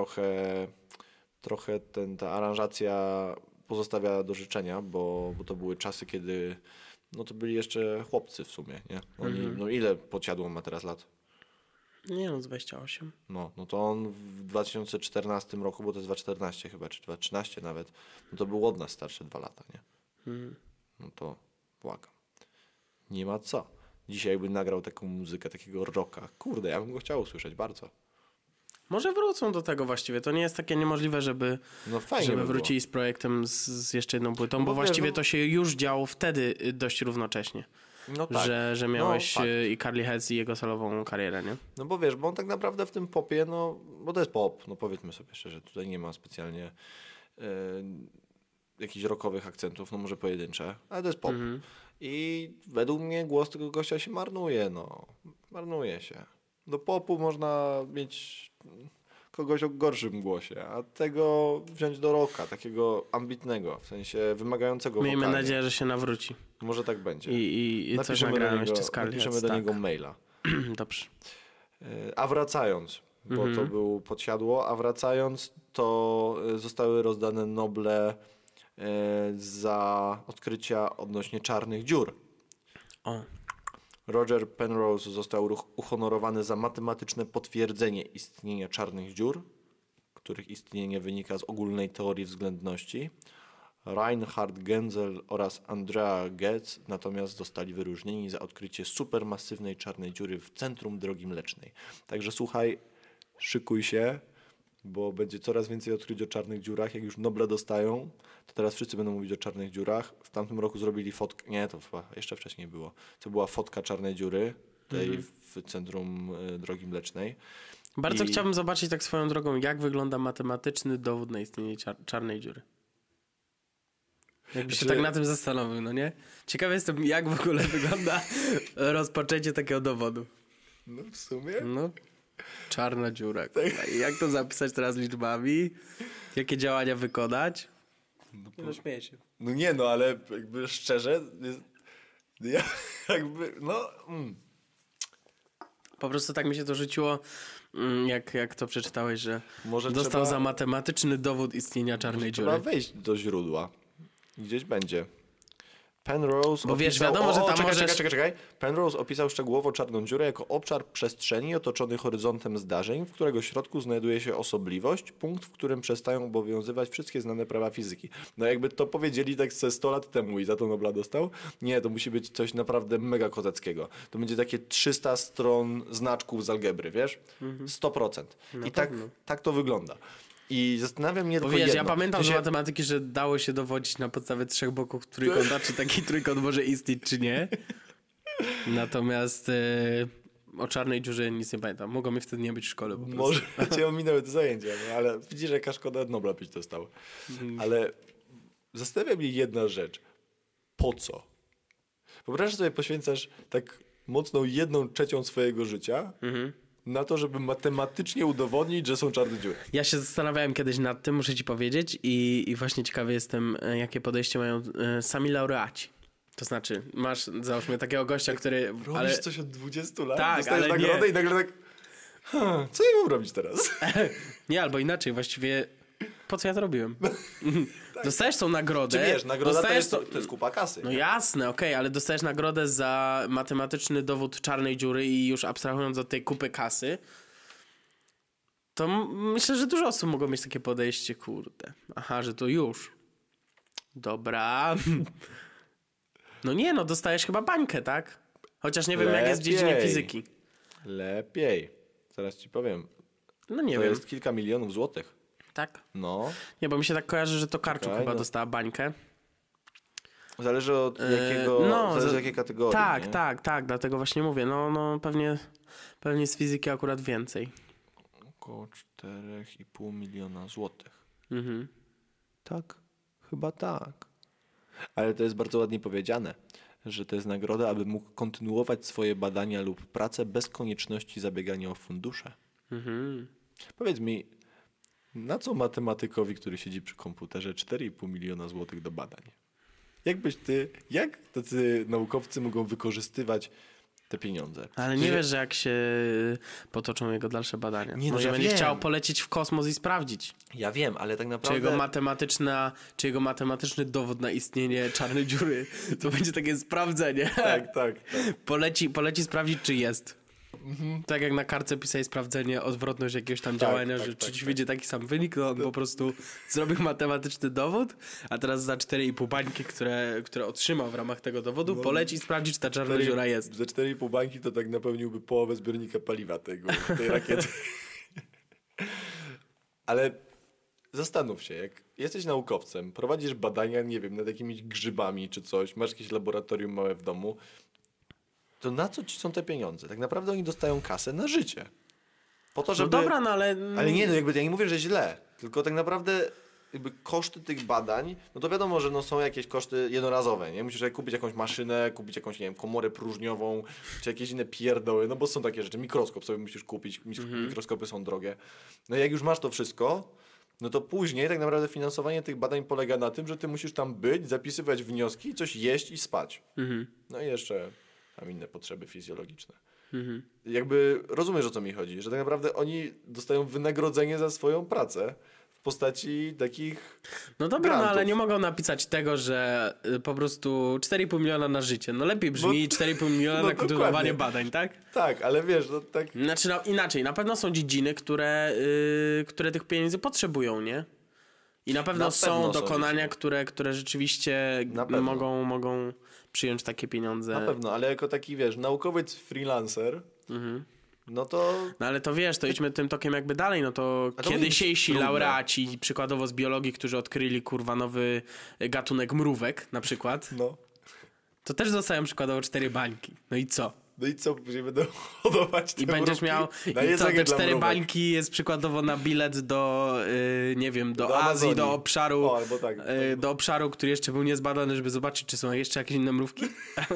S1: trochę ta aranżacja pozostawia do życzenia, bo to były czasy, kiedy no to byli jeszcze chłopcy w sumie, nie? Oni, no ile Podsiadło ma teraz lat?
S2: nie no, z 28.
S1: No to on w 2014 roku, bo to jest 2014 chyba, czy 2013 nawet, no to był od nas starszy 2 lata, nie? No to błagam. Nie ma co. Dzisiaj jakby nagrał taką muzykę, takiego rocka, kurde, ja bym go chciał usłyszeć bardzo.
S2: Może wrócą do tego właściwie. To nie jest takie niemożliwe, żeby
S1: No fajnie by było.
S2: wrócili z projektem z jeszcze jedną płytą, bo
S1: wiesz,
S2: właściwie
S1: no-
S2: to się już działo wtedy dość równocześnie.
S1: No tak.
S2: Że miałeś
S1: fakt.
S2: i Curly Heads i jego solową karierę, nie?
S1: No bo wiesz, bo on tak naprawdę w tym popie, no bo to jest pop, no powiedzmy sobie szczerze, tutaj nie ma specjalnie jakichś rockowych akcentów, no może pojedyncze, ale to jest pop. I według mnie głos tego gościa się marnuje, no. Marnuje się. Do popu można mieć kogoś o gorszym głosie, a tego wziąć do rocka, takiego ambitnego, w sensie wymagającego
S2: Miejmy
S1: wokalnie.
S2: nadzieję, że się nawróci.
S1: Może tak będzie.
S2: I coś nagrałem jeszcze z Curly
S1: napiszemy
S2: Heads,
S1: do
S2: tak.
S1: niego maila.
S2: Dobrze.
S1: A wracając, bo to był Podsiadło, a wracając, to zostały rozdane Noble za odkrycia odnośnie czarnych dziur.
S2: O.
S1: Roger Penrose został uhonorowany za matematyczne potwierdzenie istnienia czarnych dziur, których istnienie wynika z ogólnej teorii względności. Reinhard Genzel oraz Andrea Ghez natomiast zostali wyróżnieni za odkrycie supermasywnej czarnej dziury w centrum Drogi Mlecznej. Także słuchaj, szykuj się, bo będzie coraz więcej odkryć o czarnych dziurach. Jak już Noble dostają, to teraz wszyscy będą mówić o czarnych dziurach. W tamtym roku zrobili fotkę, nie, to chyba jeszcze wcześniej było, to była fotka czarnej dziury. tutaj w centrum Drogi Mlecznej.
S2: Bardzo chciałbym zobaczyć tak swoją drogą, jak wygląda matematyczny dowód na istnienie czarnej dziury. Jakby się tak na tym zastanowił, no nie? Ciekawy jestem, jak w ogóle wygląda rozpoczęcie takiego dowodu.
S1: No w sumie?
S2: No, czarna dziura. I jak to zapisać teraz liczbami? Jakie działania wykonać? No śmieję się.
S1: No nie, no ale jakby szczerze,
S2: Po prostu tak mi się to rzuciło, jak to przeczytałeś, że
S1: Może
S2: dostał za matematyczny dowód istnienia czarnej dziury.
S1: Trzeba wejść do źródła. Gdzieś będzie. Penrose
S2: Bo wiesz, wiadomo, że tam
S1: Czekaj. Penrose opisał szczegółowo czarną dziurę jako obszar przestrzeni otoczony horyzontem zdarzeń, w którego środku znajduje się osobliwość, punkt, w którym przestają obowiązywać wszystkie znane prawa fizyki. No jakby to powiedzieli tak ze 100 lat temu i za to Nobla dostał? Nie, to musi być coś naprawdę mega kozackiego. To będzie takie 300 stron znaczków z algebry, wiesz? 100%. I tak to wygląda. I zastanawiam mnie tylko jedno.
S2: Ja pamiętam z matematyki, że dało się dowodzić na podstawie 3 boków trójkąta, czy taki trójkąt może istnieć, czy nie. Natomiast o czarnej dziurze nic nie pamiętam. Mogło mnie wtedy nie być w szkole.
S1: Może cię ominęły te zajęcia, no, ale widzisz, jaka szkoda Nobla byś dostał. Ale zastanawia mnie jedna rzecz. Po co? Wyobraź sobie, poświęcasz tak mocną 1/3 swojego życia na to, żeby matematycznie udowodnić, że są czarne dziury.
S2: Ja się zastanawiałem kiedyś nad tym, muszę ci powiedzieć, i właśnie ciekawy jestem, jakie podejście mają sami laureaci. To znaczy, masz, załóżmy, takiego gościa, który...
S1: Robisz coś od 20 lat,
S2: tak,
S1: dostajesz
S2: ale
S1: nagrodę
S2: nie.
S1: i nagle tak... co ja mam robić teraz?
S2: Nie, albo inaczej, właściwie po co ja to robiłem? Dostajesz tą nagrodę.
S1: Czy wiesz, nagroda
S2: dostajesz
S1: to jest kupa kasy.
S2: No
S1: nie?
S2: jasne, okej, ale dostajesz nagrodę za matematyczny dowód czarnej dziury i już abstrahując od tej kupy kasy, to myślę, że dużo osób mogło mieć takie podejście, kurde. Aha, że to już. Dobra. No nie, no dostajesz chyba bańkę, tak? Chociaż nie wiem, jak jest w dziedzinie fizyki.
S1: Lepiej. Zaraz ci powiem.
S2: No nie
S1: To
S2: wiem.
S1: jest kilka milionów złotych.
S2: Tak?
S1: No.
S2: Nie, bo mi się tak kojarzy, że to Karczuk chyba dostała bańkę.
S1: Zależy od zależy jakiej kategorii.
S2: Tak,
S1: nie?
S2: tak, dlatego właśnie mówię. No pewnie z fizyki akurat więcej.
S1: Około 4,5 miliona złotych.
S2: Mhm.
S1: Tak, chyba tak. Ale to jest bardzo ładnie powiedziane, że to jest nagroda, aby mógł kontynuować swoje badania lub pracę bez konieczności zabiegania o fundusze.
S2: Mhm.
S1: Powiedz mi, na co matematykowi, który siedzi przy komputerze, 4,5 miliona złotych do badań? Jak tacy naukowcy mogą wykorzystywać te pieniądze?
S2: Ale nie wiesz, że jak się potoczą jego dalsze badania.
S1: Nie, no
S2: Może
S1: ja
S2: będzie
S1: wiem.
S2: chciał polecieć w kosmos i sprawdzić,
S1: Ja wiem, ale tak
S2: czy
S1: naprawdę...
S2: jego matematyczny dowód na istnienie czarnej dziury to będzie takie sprawdzenie.
S1: Tak.
S2: Poleci sprawdzić, czy jest. Tak jak na kartce pisałeś sprawdzenie, odwrotność jakiegoś tam działania, że czy ci wyjdzie taki sam wynik, to on po prostu zrobił matematyczny dowód, a teraz za 4,5 bańki, które otrzymał w ramach tego dowodu, poleci sprawdzić, czy ta czarna dziura jest.
S1: Za 4,5 bańki to tak napełniłby połowę zbiornika paliwa tej rakiety. Ale zastanów się, jak jesteś naukowcem, prowadzisz badania, nie wiem, nad jakimiś grzybami czy coś, masz jakieś laboratorium małe w domu, to na co ci są te pieniądze? Tak naprawdę oni dostają kasę na życie. Po to, żeby...
S2: No dobra, no ale...
S1: Ale nie, no jakby ja nie mówię, że źle, tylko tak naprawdę jakby koszty tych badań, no to wiadomo, że no są jakieś koszty jednorazowe, nie? Musisz kupić jakąś maszynę, kupić jakąś, nie wiem, komorę próżniową, czy jakieś inne pierdoły, no bo są takie rzeczy. Mikroskop sobie musisz kupić, mikroskopy są drogie. No i jak już masz to wszystko, no to później tak naprawdę finansowanie tych badań polega na tym, że ty musisz tam być, zapisywać wnioski, coś jeść i spać. No i jeszcze tam inne potrzeby fizjologiczne. Jakby rozumiesz, o co mi chodzi, że tak naprawdę oni dostają wynagrodzenie za swoją pracę w postaci takich
S2: No dobra,
S1: grantów.
S2: no ale nie mogą napisać tego, że po prostu 4,5 miliona na życie. No lepiej brzmi 4,5 miliona na kontynuowanie
S1: dokładnie.
S2: badań, tak?
S1: Tak, ale wiesz, no tak...
S2: Znaczy no, inaczej, na pewno są dziedziny, które tych pieniędzy potrzebują, nie? I na pewno są dokonania, które rzeczywiście mogą przyjąć takie pieniądze.
S1: Na pewno, ale jako taki, wiesz, naukowiec freelancer, no to...
S2: No ale to wiesz, to idźmy tym tokiem jakby dalej, no to kiedysiejsi laureaci, przykładowo z biologii, którzy odkryli kurwa nowy gatunek mrówek na przykład,
S1: No.
S2: to też dostają przykładowo 4 bańki. No i co?
S1: No i co, później będą hodować te
S2: I będziesz
S1: mrówki
S2: miał,
S1: na
S2: i co,
S1: jedzenie
S2: te
S1: dla
S2: 4
S1: mrówek.
S2: bańki jest przykładowo na bilet do, nie wiem, do
S1: Do
S2: Azji,
S1: Amazonii.
S2: do obszaru,
S1: O, albo tak.
S2: do obszaru, który jeszcze był niezbadany, żeby zobaczyć, czy są jeszcze jakieś inne mrówki.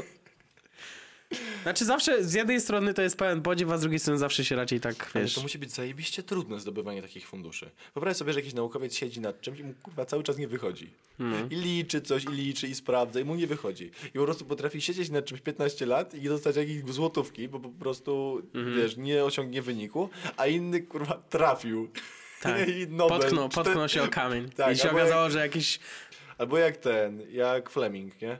S2: Znaczy zawsze, z jednej strony to jest pełen podziew, a z drugiej strony zawsze się raczej tak,
S1: Ale
S2: wiesz...
S1: to musi być zajebiście trudne zdobywanie takich funduszy. Wyobraź sobie, że jakiś naukowiec siedzi nad czymś i mu kurwa cały czas nie wychodzi. I liczy coś, i liczy, i sprawdza, i mu nie wychodzi. I po prostu potrafi siedzieć nad czymś 15 lat i nie dostać jakiejś złotówki, bo po prostu, wiesz, nie osiągnie wyniku, a inny kurwa trafił.
S2: Tak.
S1: I Nobel.
S2: Potknął się o kamień.
S1: Tak,
S2: I się
S1: albo
S2: okazało,
S1: jak-
S2: że jakiś...
S1: Albo jak Fleming, nie?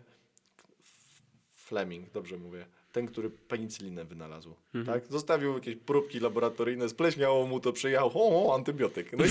S1: Fleming, dobrze mówię. Ten, który penicylinę wynalazł. Tak? Zostawił jakieś próbki laboratoryjne, spleśniało mu to, przyjechał, antybiotyk. No i...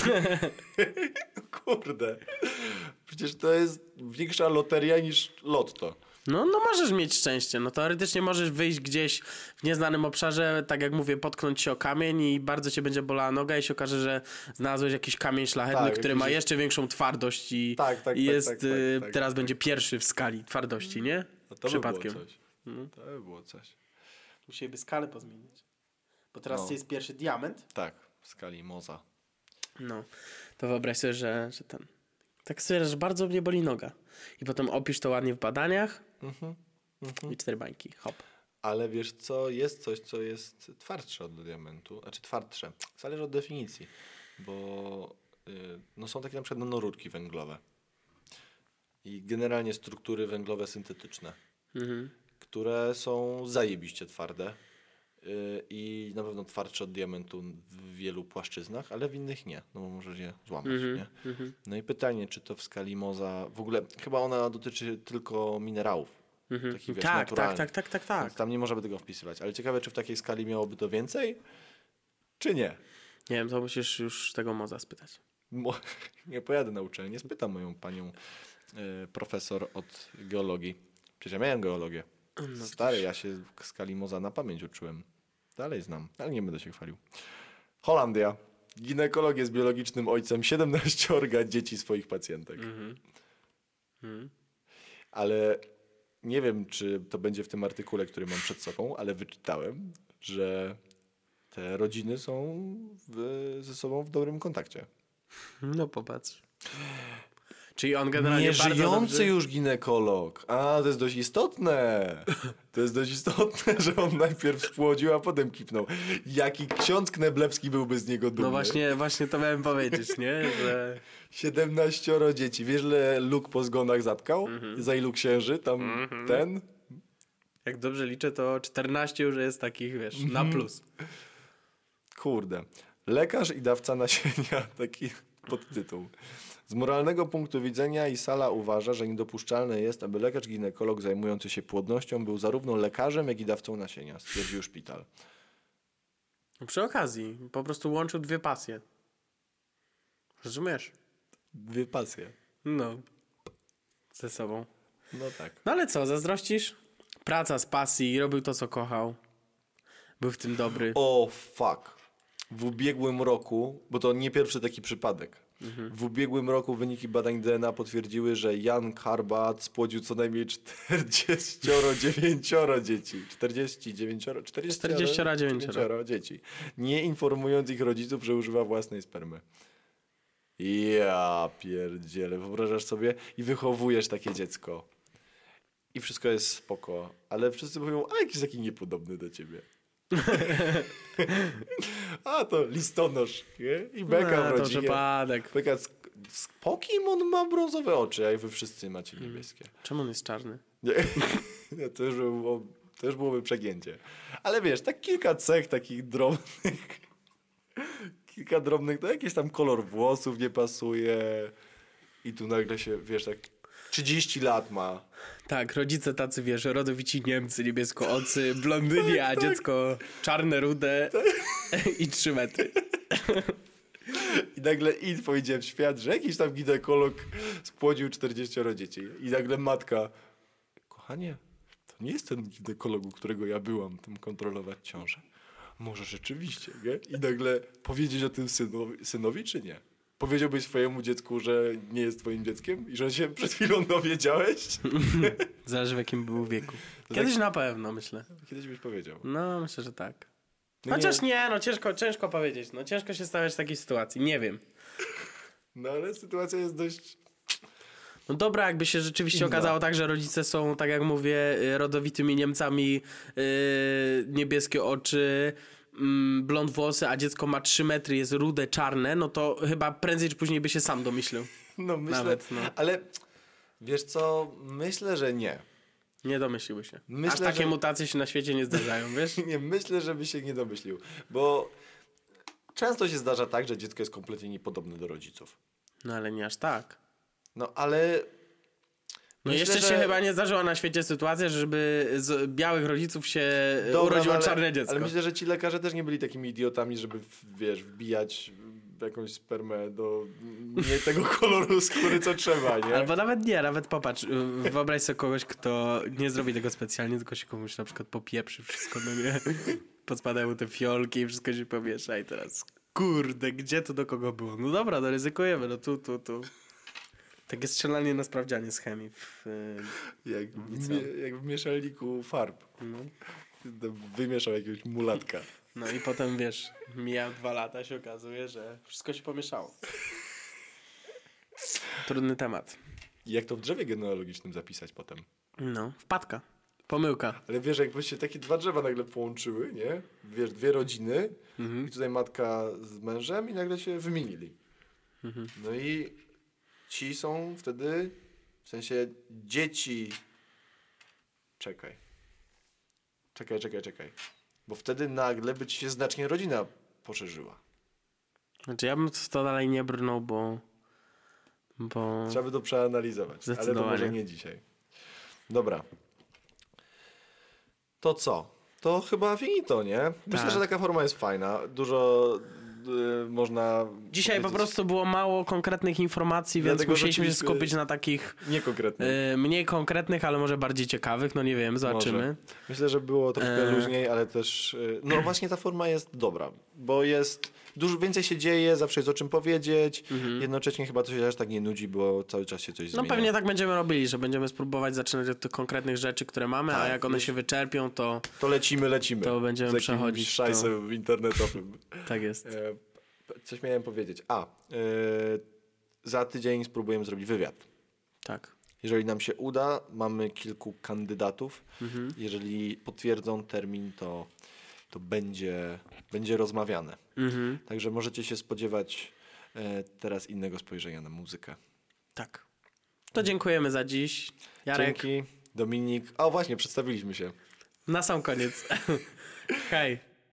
S1: Kurde. Przecież to jest większa loteria niż lotto.
S2: No możesz mieć szczęście. No teoretycznie możesz wyjść gdzieś w nieznanym obszarze, tak jak mówię, potknąć się o kamień i bardzo cię będzie bolała noga i się okaże, że znalazłeś jakiś kamień szlachetny,
S1: Tak,
S2: który
S1: jakiś-
S2: ma jeszcze większą twardość i,
S1: Tak,
S2: i jest
S1: tak,
S2: teraz
S1: tak.
S2: będzie pierwszy w skali twardości, nie?
S1: No to
S2: Przypadkiem.
S1: by było coś. To by było coś.
S2: Musieliby skalę pozmienić. Bo teraz
S1: No.
S2: jest pierwszy diament.
S1: Tak, w skali Moza.
S2: No, to wyobraź sobie, że ten... Tak sobie, że bardzo mnie boli noga. I potem opisz to ładnie w badaniach i 4 bańki. Hop.
S1: Ale wiesz co, jest coś, co jest twardsze od diamentu. Znaczy twardsze. Zależy od definicji. Bo no są takie na przykład nanorudki węglowe. I generalnie struktury węglowe syntetyczne. Które są zajebiście twarde i na pewno twardsze od diamentu w wielu płaszczyznach, ale w innych nie, no bo możesz je złamać, nie? No i pytanie, czy to w skali Moza, w ogóle chyba ona dotyczy tylko minerałów, takich wiesz,
S2: Tak,
S1: naturalnych.
S2: tak.
S1: Więc tam nie można by tego wpisywać, ale ciekawe, czy w takiej skali miałoby to więcej, czy nie?
S2: Nie wiem, to musisz już tego Moza spytać.
S1: Nie pojadę na uczelnię, spytam moją panią profesor od geologii. Przecież ja miałem geologię. Stary, ja się w skali Moza na pamięć uczyłem. Dalej znam, ale nie będę się chwalił. Holandia. Ginekolog jest biologicznym ojcem 17 dzieci swoich pacjentek. Ale nie wiem, czy to będzie w tym artykule, który mam przed sobą, ale wyczytałem, że te rodziny są ze sobą w dobrym kontakcie.
S2: No popatrz. Czyli on generalnie
S1: Nieżyjący
S2: bardzo dobrze...
S1: już ginekolog. A, to jest dość istotne. To jest dość istotne, że on najpierw spłodził, a potem kipnął. Jaki ksiądz Kneblewski byłby z niego dumny.
S2: No właśnie to miałem powiedzieć, nie? Że...
S1: 17 dzieci. Wiesz, ile luk po zgonach zatkał? Za ilu księży? Tam ten?
S2: Jak dobrze liczę, to 14 już jest takich, wiesz, na plus.
S1: Kurde. Lekarz i dawca nasienia. Taki podtytuł. Z moralnego punktu widzenia Isala uważa, że niedopuszczalne jest, aby lekarz-ginekolog zajmujący się płodnością był zarówno lekarzem, jak i dawcą nasienia, stwierdził szpital.
S2: Przy okazji, po prostu łączył 2 pasje. Rozumiesz?
S1: 2 pasje.
S2: No. Ze sobą.
S1: No tak.
S2: No ale co, zazdrościsz? Praca z pasji, robił to, co kochał. Był w tym dobry.
S1: O, fuck. W ubiegłym roku, bo to nie pierwszy taki przypadek, w ubiegłym roku wyniki badań DNA potwierdziły, że Jan Karbat spłodził co najmniej 49 dzieci. 49 dzieci. Nie informując ich rodziców, że używa własnej spermy. Ja pierdzielę, wyobrażasz sobie? I wychowujesz takie dziecko. I wszystko jest spoko, ale wszyscy mówią, a jakiś taki niepodobny do ciebie. A to listonosz, nie? I beka w
S2: To
S1: rodzinie.
S2: przypadek.
S1: Beka z pokim on ma brązowe oczy, jak wy wszyscy macie niebieskie.
S2: Czemu on jest czarny?
S1: Nie, to już byłoby przegięcie. Ale wiesz, tak kilka cech takich drobnych, kilka drobnych, to jakiś tam kolor włosów nie pasuje i tu nagle się, wiesz, tak 30 lat ma.
S2: Tak, rodzice tacy, wiesz, rodowici Niemcy, niebieskoocy, blondyni, a dziecko czarne, rude i 3 metry.
S1: I nagle powiedziałem w świat, że jakiś tam ginekolog spłodził 40 dzieci. I nagle matka, kochanie, to nie jest ten ginekolog, u którego ja byłam, tym kontrolować ciążę. Może rzeczywiście, nie? I nagle powiedzieć o tym synowi czy nie? Powiedziałbyś swojemu dziecku, że nie jest twoim dzieckiem i że się przed chwilą dowiedziałeś?
S2: Zależy w jakim był wieku. Kiedyś na pewno, myślę.
S1: Kiedyś byś powiedział.
S2: No, myślę, że tak.
S1: No
S2: Chociaż nie, no ciężko powiedzieć. No ciężko się stawiać w takiej sytuacji. Nie wiem.
S1: No ale sytuacja jest dość...
S2: No dobra, jakby się rzeczywiście okazało tak, że rodzice są, tak jak mówię, rodowitymi Niemcami, niebieskie oczy, blond włosy, a dziecko ma 3 metry, jest rude, czarne, no to chyba prędzej czy później by się sam domyślił.
S1: No myślę,
S2: Nawet, no.
S1: ale wiesz co, myślę, że nie.
S2: Nie domyśliłby się.
S1: Myślę,
S2: Aż takie
S1: że-
S2: mutacje się na świecie nie zdarzają, wiesz?
S1: Nie, myślę, żeby się nie domyślił, bo często się zdarza tak, że dziecko jest kompletnie niepodobne do rodziców.
S2: No ale nie aż tak.
S1: No ale...
S2: No
S1: myślę,
S2: jeszcze
S1: że-
S2: się chyba nie zdarzyła na świecie sytuacja, żeby z białych rodziców się
S1: Dobra,
S2: urodziło
S1: no,
S2: czarne dziecko.
S1: Ale myślę, że ci lekarze też nie byli takimi idiotami, żeby wiesz, wbijać jakąś spermę do nie tego koloru skóry, co trzeba, nie?
S2: Albo nawet nie, nawet popatrz, wyobraź sobie kogoś, kto nie zrobi tego specjalnie, tylko się komuś na przykład popieprzy wszystko, no nie? Podspadają te fiolki i wszystko się pomiesza i teraz, kurde, gdzie to do kogo było? No dobra, no ryzykujemy, no tu. Takie strzelanie na sprawdzianie z chemii.
S1: Jak w mieszalniku farb.
S2: No.
S1: Wymieszał jakiegoś mulatka.
S2: No i potem wiesz, mija 2 lata, się okazuje, że wszystko się pomieszało. Trudny temat.
S1: I jak to w drzewie genealogicznym zapisać potem?
S2: No, wpadka. Pomyłka.
S1: Ale wiesz, jakby się takie 2 drzewa nagle połączyły, nie? Wiesz, 2 rodziny i tutaj matka z mężem i nagle się wymienili. No i ci są wtedy, w sensie dzieci... Czekaj. Bo wtedy nagle by ci się znacznie rodzina poszerzyła.
S2: Znaczy ja bym w to dalej nie brnął, bo...
S1: Trzeba by to przeanalizować, ale to
S2: Zdecydowanie.
S1: może nie dzisiaj. Dobra. To co? To chyba finito, nie? Myślę,
S2: Tak.
S1: że taka forma jest fajna. Dużo można
S2: Dzisiaj po
S1: powiedzieć
S2: prostu było mało konkretnych informacji, więc
S1: Dlatego
S2: musieliśmy się
S1: zaczęliśmy-
S2: skupić na takich
S1: niekonkretne.
S2: mniej konkretnych, ale może bardziej ciekawych. No nie wiem, zobaczymy.
S1: Może. Myślę, że było troszkę luźniej, ale też... No właśnie ta forma jest dobra, bo jest... Dużo więcej się dzieje, zawsze jest o czym powiedzieć. Jednocześnie chyba to się aż tak nie nudzi, bo cały czas się coś
S2: No
S1: zmienia.
S2: pewnie tak będziemy robili, że będziemy spróbować zaczynać od tych konkretnych rzeczy, które mamy, a
S1: Tak,
S2: jak one
S1: wiesz-
S2: się wyczerpią, to
S1: To lecimy.
S2: To będziemy
S1: z jakimś
S2: przechodzić,
S1: szajsem internetowym.
S2: tak jest.
S1: Coś miałem powiedzieć. Za tydzień spróbujemy zrobić wywiad.
S2: Tak.
S1: Jeżeli nam się uda, mamy kilku kandydatów. Jeżeli potwierdzą termin, to będzie rozmawiane. Także możecie się spodziewać teraz innego spojrzenia na muzykę.
S2: Tak. To dziękujemy za dziś. Jarek,
S1: Dzięki, Dominik. O właśnie, przedstawiliśmy się.
S2: na sam koniec. Hej.